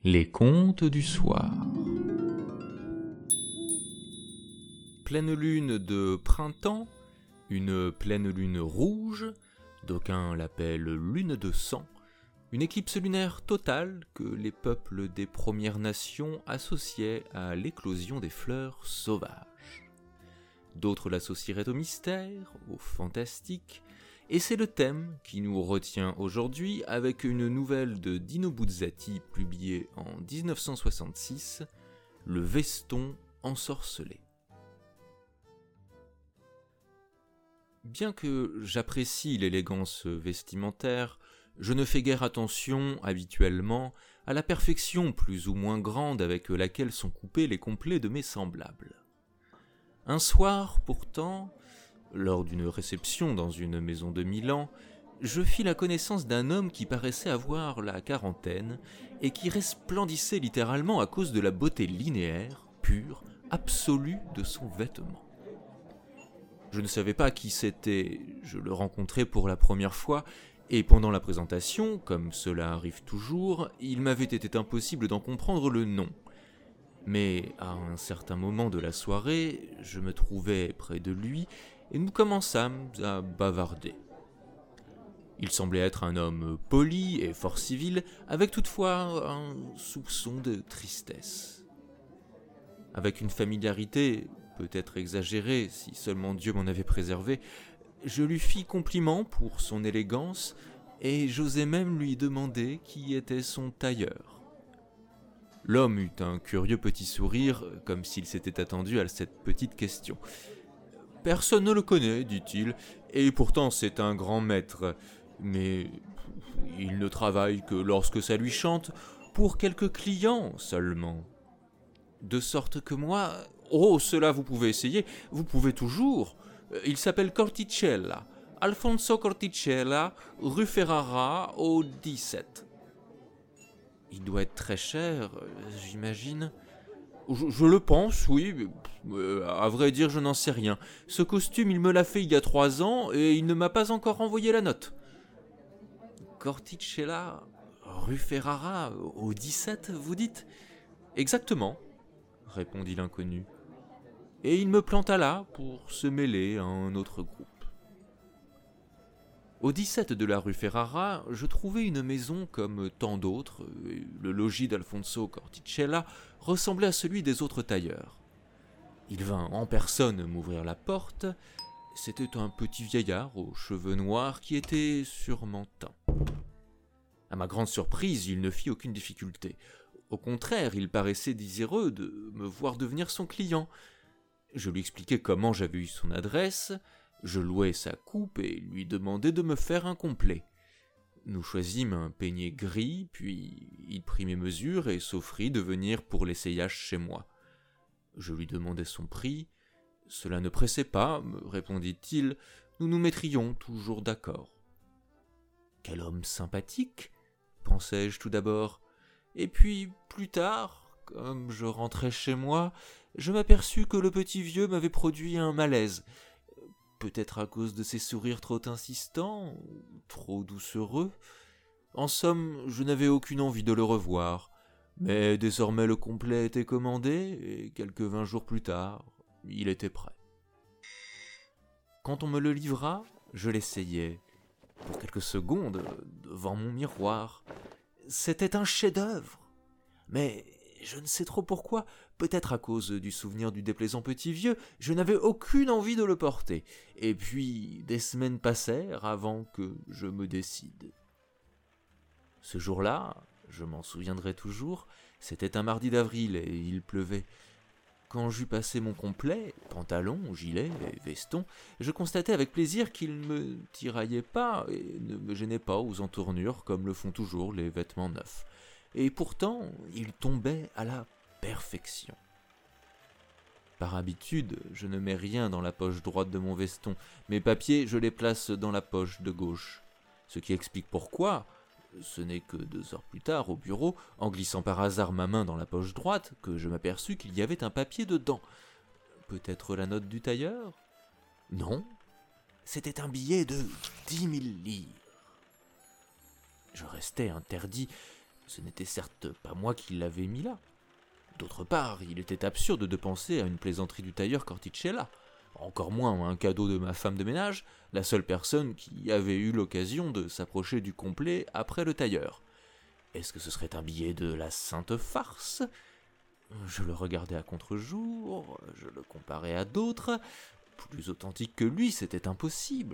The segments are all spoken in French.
Les contes du soir. Pleine lune de printemps, une pleine lune rouge, d'aucuns l'appellent lune de sang, une éclipse lunaire totale que les peuples des Premières Nations associaient à l'éclosion des fleurs sauvages. D'autres l'associeraient au mystère, au fantastique, et c'est le thème qui nous retient aujourd'hui avec une nouvelle de Dino Buzzati publiée en 1966, Le veston ensorcelé. Bien que j'apprécie l'élégance vestimentaire, je ne fais guère attention, habituellement, à la perfection plus ou moins grande avec laquelle sont coupés les complets de mes semblables. Un soir, pourtant, lors d'une réception dans une maison de Milan, je fis la connaissance d'un homme qui paraissait avoir la quarantaine et qui resplendissait littéralement à cause de la beauté linéaire, pure, absolue de son vêtement. Je ne savais pas qui c'était, je le rencontrai pour la première fois, et pendant la présentation, comme cela arrive toujours, il m'avait été impossible d'en comprendre le nom. Mais à un certain moment de la soirée, je me trouvais près de lui et nous commençâmes à bavarder. Il semblait être un homme poli et fort civil, avec toutefois un soupçon de tristesse. Avec une familiarité peut-être exagérée, si seulement Dieu m'en avait préservé, je lui fis compliment pour son élégance et j'osai même lui demander qui était son tailleur. L'homme eut un curieux petit sourire, comme s'il s'était attendu à cette petite question. « Personne ne le connaît, dit-il, et pourtant c'est un grand maître, mais il ne travaille que lorsque ça lui chante, pour quelques clients seulement. De sorte que moi... Oh, cela vous pouvez essayer, vous pouvez toujours. Il s'appelle Corticella, Alfonso Corticella, rue Ferrara, au 17. Il doit être très cher, j'imagine. Je le pense, oui. À vrai dire, je n'en sais rien. Ce costume, il me l'a fait il y a 3 ans et il ne m'a pas encore envoyé la note. Corticella, rue Ferrara, au 17, vous dites ? Exactement, répondit l'inconnu. Et il me planta là pour se mêler à un autre groupe. Au 17 de la rue Ferrara, je trouvai une maison comme tant d'autres, et le logis d'Alfonso Corticella ressemblait à celui des autres tailleurs. Il vint en personne m'ouvrir la porte. C'était un petit vieillard aux cheveux noirs qui était sûrement teint. À ma grande surprise, il ne fit aucune difficulté. Au contraire, il paraissait désireux de me voir devenir son client. Je lui expliquai comment j'avais eu son adresse. Je louai sa coupe et lui demandai de me faire un complet. Nous choisîmes un peigné gris, puis il prit mes mesures et s'offrit de venir pour l'essayage chez moi. Je lui demandai son prix. « Cela ne pressait pas, me répondit-il, nous nous mettrions toujours d'accord. » Quel homme sympathique, pensai-je tout d'abord. Et puis, plus tard, comme je rentrais chez moi, je m'aperçus que le petit vieux m'avait produit un malaise. Peut-être à cause de ses sourires trop insistants, trop doucereux. En somme, je n'avais aucune envie de le revoir. Mais désormais le complet était commandé, et quelques 20 jours plus tard, il était prêt. Quand on me le livra, je l'essayai, pour quelques secondes, devant mon miroir. C'était un chef-d'œuvre. Mais je ne sais trop pourquoi, peut-être à cause du souvenir du déplaisant petit vieux, je n'avais aucune envie de le porter. Et puis des semaines passèrent avant que je me décide. Ce jour-là, je m'en souviendrai toujours, c'était un mardi d'avril et il pleuvait. Quand j'eus passé mon complet, pantalon, gilet et veston, je constatai avec plaisir qu'il ne me tiraillait pas et ne me gênait pas aux entournures comme le font toujours les vêtements neufs. Et pourtant, il tombait à la perfection. Par habitude, je ne mets rien dans la poche droite de mon veston. Mes papiers, je les place dans la poche de gauche. Ce qui explique pourquoi, ce n'est que 2 heures plus tard, au bureau, en glissant par hasard ma main dans la poche droite, que je m'aperçus qu'il y avait un papier dedans. Peut-être la note du tailleur ? Non, c'était un billet de 10 000 livres. Je restais interdit. ce n'était certes pas moi qui l'avais mis là. D'autre part, il était absurde de penser à une plaisanterie du tailleur Corticella, encore moins à un cadeau de ma femme de ménage, la seule personne qui avait eu l'occasion de s'approcher du complet après le tailleur. Est-ce que ce serait un billet de la Sainte Farce ? Je le regardais à contre-jour, je le comparais à d'autres, plus authentiques que lui, c'était impossible.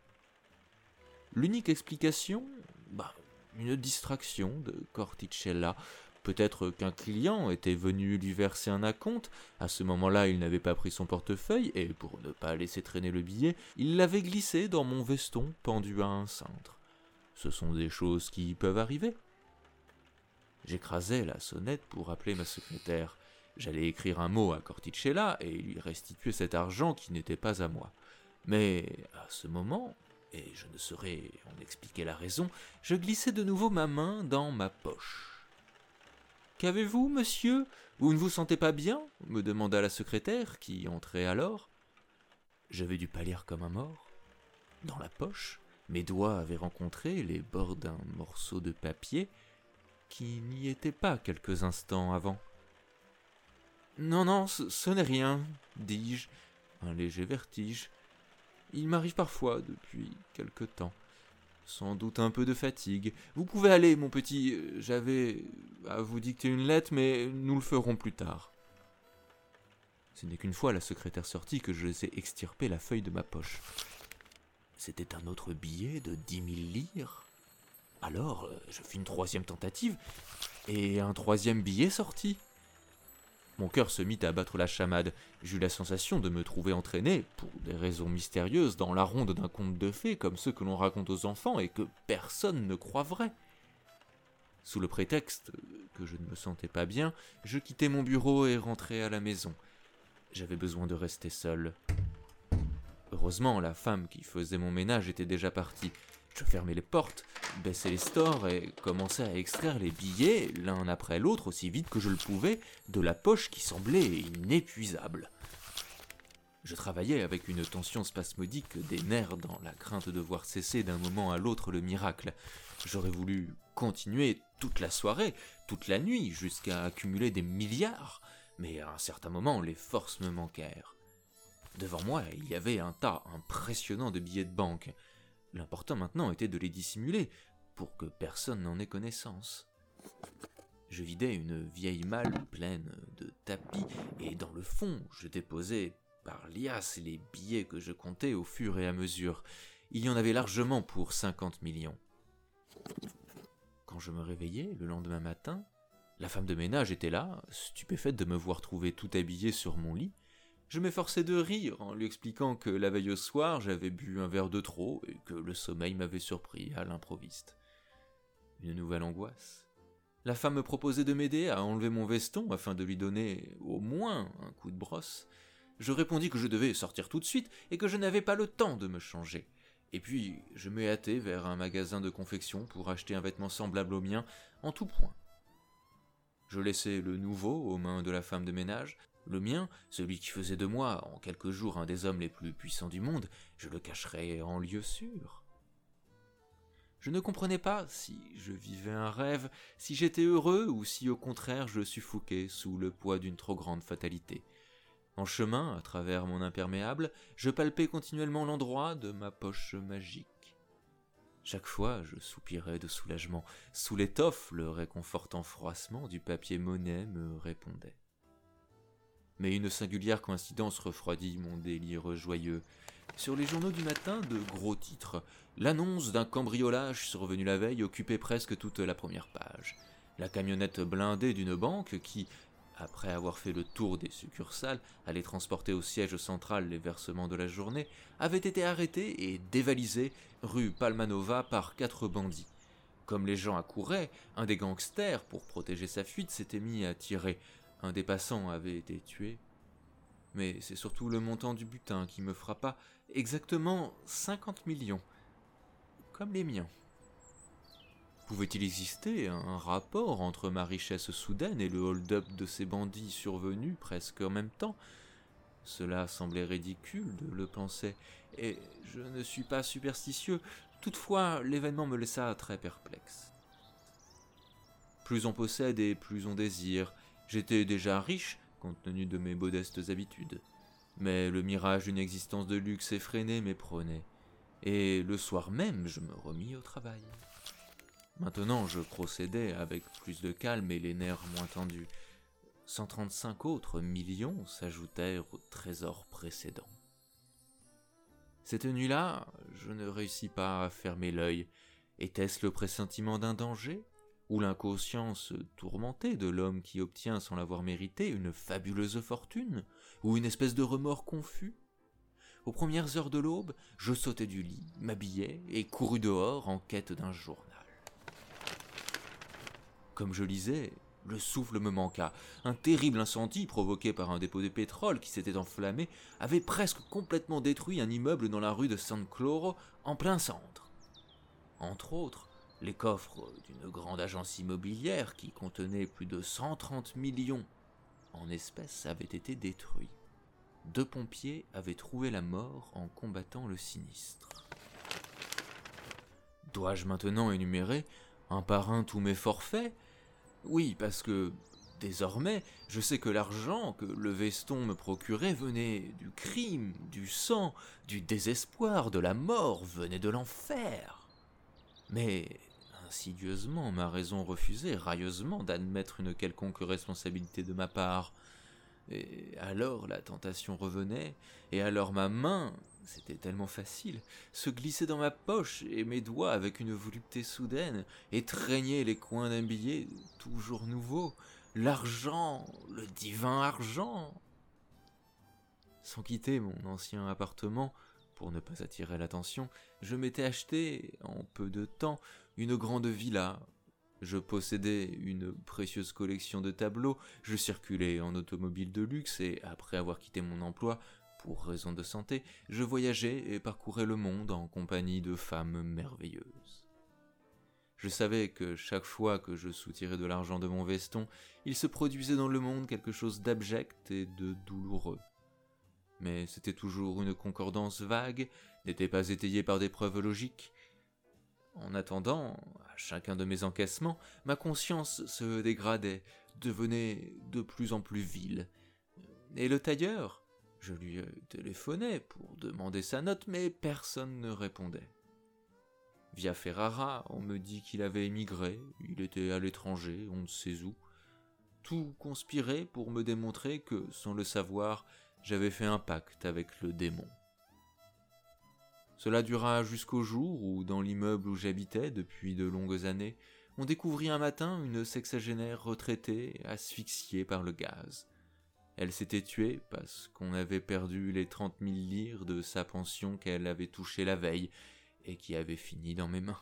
L'unique explication, une distraction de Corticella. Peut-être qu'un client était venu lui verser un acompte, à ce moment-là il n'avait pas pris son portefeuille, et pour ne pas laisser traîner le billet, il l'avait glissé dans mon veston pendu à un cintre. Ce sont des choses qui peuvent arriver. J'écrasai la sonnette pour appeler ma secrétaire. J'allais écrire un mot à Corticella et lui restituer cet argent qui n'était pas à moi. Mais à ce moment, et je ne saurais en expliquer la raison, je glissai de nouveau ma main dans ma poche. « Qu'avez-vous, monsieur ? Vous ne vous sentez pas bien ?» me demanda la secrétaire, qui entrait alors. J'avais dû pâlir comme un mort. Dans la poche, mes doigts avaient rencontré les bords d'un morceau de papier qui n'y était pas quelques instants avant. « Non, ce n'est rien, » dis-je, un léger vertige. Il m'arrive parfois depuis quelque temps. Sans doute un peu de fatigue. Vous pouvez aller, mon petit. J'avais à vous dicter une lettre, mais nous le ferons plus tard. Ce n'est qu'une fois la secrétaire sortie que je laissai extirper la feuille de ma poche. C'était un autre billet de 10 000 lire. Alors, je fis une troisième tentative, et un troisième billet sortit. Mon cœur se mit à battre la chamade. J'eus la sensation de me trouver entraîné, pour des raisons mystérieuses, dans la ronde d'un conte de fées comme ceux que l'on raconte aux enfants et que personne ne croit vrais. Sous le prétexte que je ne me sentais pas bien, je quittai mon bureau et rentrai à la maison. J'avais besoin de rester seul. Heureusement, la femme qui faisait mon ménage était déjà partie. Je fermai les portes, baissai les stores et commençai à extraire les billets, l'un après l'autre, aussi vite que je le pouvais, de la poche qui semblait inépuisable. Je travaillais avec une tension spasmodique des nerfs dans la crainte de voir cesser d'un moment à l'autre le miracle. J'aurais voulu continuer toute la soirée, toute la nuit, jusqu'à accumuler des milliards, mais à un certain moment, les forces me manquèrent. Devant moi, il y avait un tas impressionnant de billets de banque. L'important maintenant était de les dissimuler, pour que personne n'en ait connaissance. Je vidai une vieille malle pleine de tapis, et dans le fond, je déposai par liasses les billets que je comptais au fur et à mesure. Il y en avait largement pour 50 millions. Quand je me réveillai le lendemain matin, la femme de ménage était là, stupéfaite de me voir trouver tout habillé sur mon lit. Je m'efforçai de rire en lui expliquant que la veille au soir, j'avais bu un verre de trop et que le sommeil m'avait surpris à l'improviste. Une nouvelle angoisse. La femme me proposait de m'aider à enlever mon veston afin de lui donner au moins un coup de brosse. Je répondis que je devais sortir tout de suite et que je n'avais pas le temps de me changer. Et puis je me hâtai vers un magasin de confection pour acheter un vêtement semblable au mien en tout point. Je laissai le nouveau aux mains de la femme de ménage. Le mien, celui qui faisait de moi en quelques jours un des hommes les plus puissants du monde, je le cacherai en lieu sûr. Je ne comprenais pas si je vivais un rêve, si j'étais heureux ou si au contraire je suffoquais sous le poids d'une trop grande fatalité. En chemin, à travers mon imperméable, je palpais continuellement l'endroit de ma poche magique. Chaque fois, je soupirais de soulagement. Sous l'étoffe, le réconfortant froissement du papier monnaie me répondait. Mais une singulière coïncidence refroidit mon délire joyeux. Sur les journaux du matin, de gros titres. L'annonce d'un cambriolage survenu la veille occupait presque toute la première page. La camionnette blindée d'une banque qui, après avoir fait le tour des succursales, allait transporter au siège central les versements de la journée, avait été arrêtée et dévalisée rue Palmanova par 4 bandits. Comme les gens accouraient, un des gangsters, pour protéger sa fuite, s'était mis à tirer. Un des passants avait été tué. Mais c'est surtout le montant du butin qui me frappa, exactement 50 millions, comme les miens. Pouvait-il exister un rapport entre ma richesse soudaine et le hold-up de ces bandits survenus presque en même temps ? Cela semblait ridicule de le penser, et je ne suis pas superstitieux, toutefois l'événement me laissa très perplexe. Plus on possède et plus on désire. J'étais déjà riche, compte tenu de mes modestes habitudes. Mais le mirage d'une existence de luxe effrénée m'éprenait. Et le soir même, je me remis au travail. Maintenant, je procédais avec plus de calme et les nerfs moins tendus. 135 autres millions s'ajoutèrent au trésor précédent. Cette nuit-là, je ne réussis pas à fermer l'œil. Était-ce le pressentiment d'un danger ? Ou l'inconscience tourmentée de l'homme qui obtient sans l'avoir mérité une fabuleuse fortune ? Ou une espèce de remords confus ? Aux premières heures de l'aube, je sautai du lit, m'habillai et courus dehors en quête d'un journal. Comme je lisais, le souffle me manqua. Un terrible incendie provoqué par un dépôt de pétrole qui s'était enflammé avait presque complètement détruit un immeuble dans la rue de San Cloro en plein centre. Entre autres, les coffres d'une grande agence immobilière qui contenait plus de 130 millions en espèces avaient été détruits. 2 pompiers avaient trouvé la mort en combattant le sinistre. Dois-je maintenant énumérer un par un tous mes forfaits ? Oui, parce que, désormais, je sais que l'argent que le veston me procurait venait du crime, du sang, du désespoir, de la mort, venait de l'enfer. Mais, insidieusement, ma raison refusait railleusement d'admettre une quelconque responsabilité de ma part. Et alors la tentation revenait, et alors ma main, c'était tellement facile, se glissait dans ma poche et mes doigts avec une volupté soudaine étreignaient les coins d'un billet toujours nouveau. L'argent, le divin argent. Sans quitter mon ancien appartement, pour ne pas attirer l'attention, je m'étais acheté, en peu de temps, une grande villa. Je possédais une précieuse collection de tableaux, je circulais en automobile de luxe et, après avoir quitté mon emploi, pour raison de santé, je voyageais et parcourais le monde en compagnie de femmes merveilleuses. Je savais que chaque fois que je soutirais de l'argent de mon veston, il se produisait dans le monde quelque chose d'abject et de douloureux. Mais c'était toujours une concordance vague, n'était pas étayée par des preuves logiques. En attendant, à chacun de mes encaissements, ma conscience se dégradait, devenait de plus en plus vile. Et le tailleur, je lui téléphonais pour demander sa note, mais personne ne répondait. Via Ferrara, on me dit qu'il avait émigré, il était à l'étranger, on ne sait où. Tout conspirait pour me démontrer que, sans le savoir, j'avais fait un pacte avec le démon. Cela dura jusqu'au jour où, dans l'immeuble où j'habitais depuis de longues années, on découvrit un matin une sexagénaire retraitée, asphyxiée par le gaz. Elle s'était tuée parce qu'on avait perdu les 30 000 lires de sa pension qu'elle avait touchée la veille et qui avait fini dans mes mains.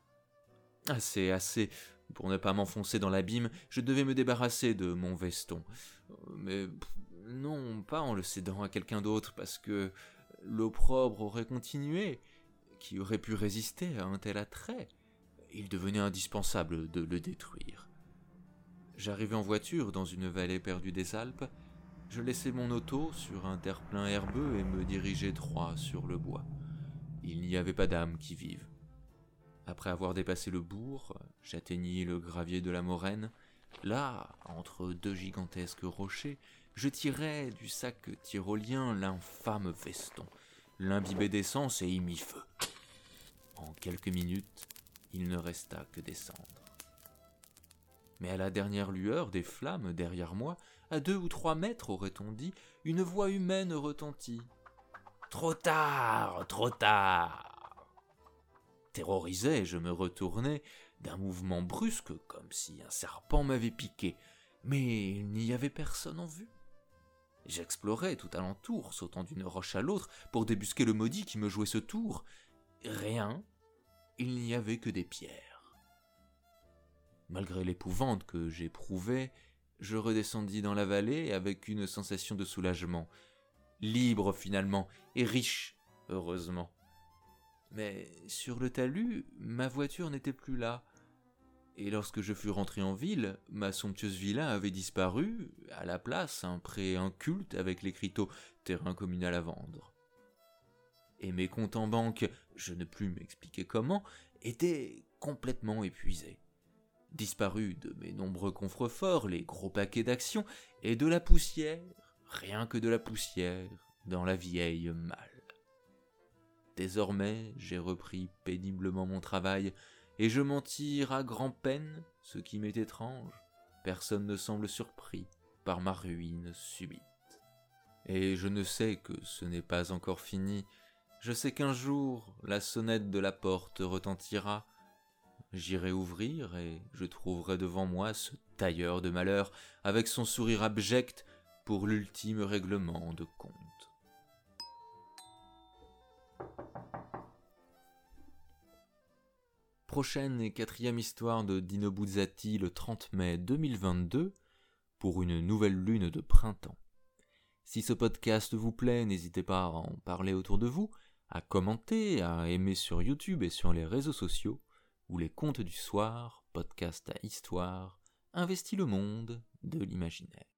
Assez, pour ne pas m'enfoncer dans l'abîme, je devais me débarrasser de mon veston. Mais non, pas en le cédant à quelqu'un d'autre, parce que l'opprobre aurait continué. Qui aurait pu résister à un tel attrait ? Il devenait indispensable de le détruire. J'arrivai en voiture dans une vallée perdue des Alpes. Je laissai mon auto sur un terre-plein herbeux et me dirigeai droit sur le bois. Il n'y avait pas d'âme qui vive. Après avoir dépassé le bourg, j'atteignis le gravier de la Moraine. Là, entre 2 gigantesques rochers, je tirai du sac tyrolien l'infâme veston, l'imbibai d'essence et y mis feu. En quelques minutes, il ne resta que des cendres. Mais à la dernière lueur des flammes derrière moi, à 2 ou 3 mètres, aurait-on dit, une voix humaine retentit. « Trop tard, trop tard !» Terrorisé, je me retournai d'un mouvement brusque, comme si un serpent m'avait piqué, mais il n'y avait personne en vue. J'explorai tout alentour, sautant d'une roche à l'autre, pour débusquer le maudit qui me jouait ce tour. Rien, il n'y avait que des pierres. Malgré l'épouvante que j'éprouvais, je redescendis dans la vallée avec une sensation de soulagement, libre finalement, et riche, heureusement. Mais sur le talus, ma voiture n'était plus là, et lorsque je fus rentré en ville, ma somptueuse villa avait disparu, à la place un pré inculte avec l'écriteau « terrain communal à vendre ». Et mes comptes en banque, je ne pus m'expliquer comment, étaient complètement épuisés. disparu de mes nombreux coffres-forts les gros paquets d'actions, et de la poussière, rien que de la poussière, dans la vieille malle. Désormais, j'ai repris péniblement mon travail, et je m'en tire à grand-peine, ce qui m'est étrange. Personne ne semble surpris par ma ruine subite. Et je ne sais que ce n'est pas encore fini. Je sais qu'un jour, la sonnette de la porte retentira. J'irai ouvrir et je trouverai devant moi ce tailleur de malheur avec son sourire abject pour l'ultime règlement de compte. Prochaine et quatrième histoire de Dino Buzzati le 30 mai 2022 pour une nouvelle lune de printemps. Si ce podcast vous plaît, n'hésitez pas à en parler autour de vous, à commenter, à aimer sur YouTube et sur les réseaux sociaux, où les contes du soir, podcast à histoire, investit le monde de l'imaginaire.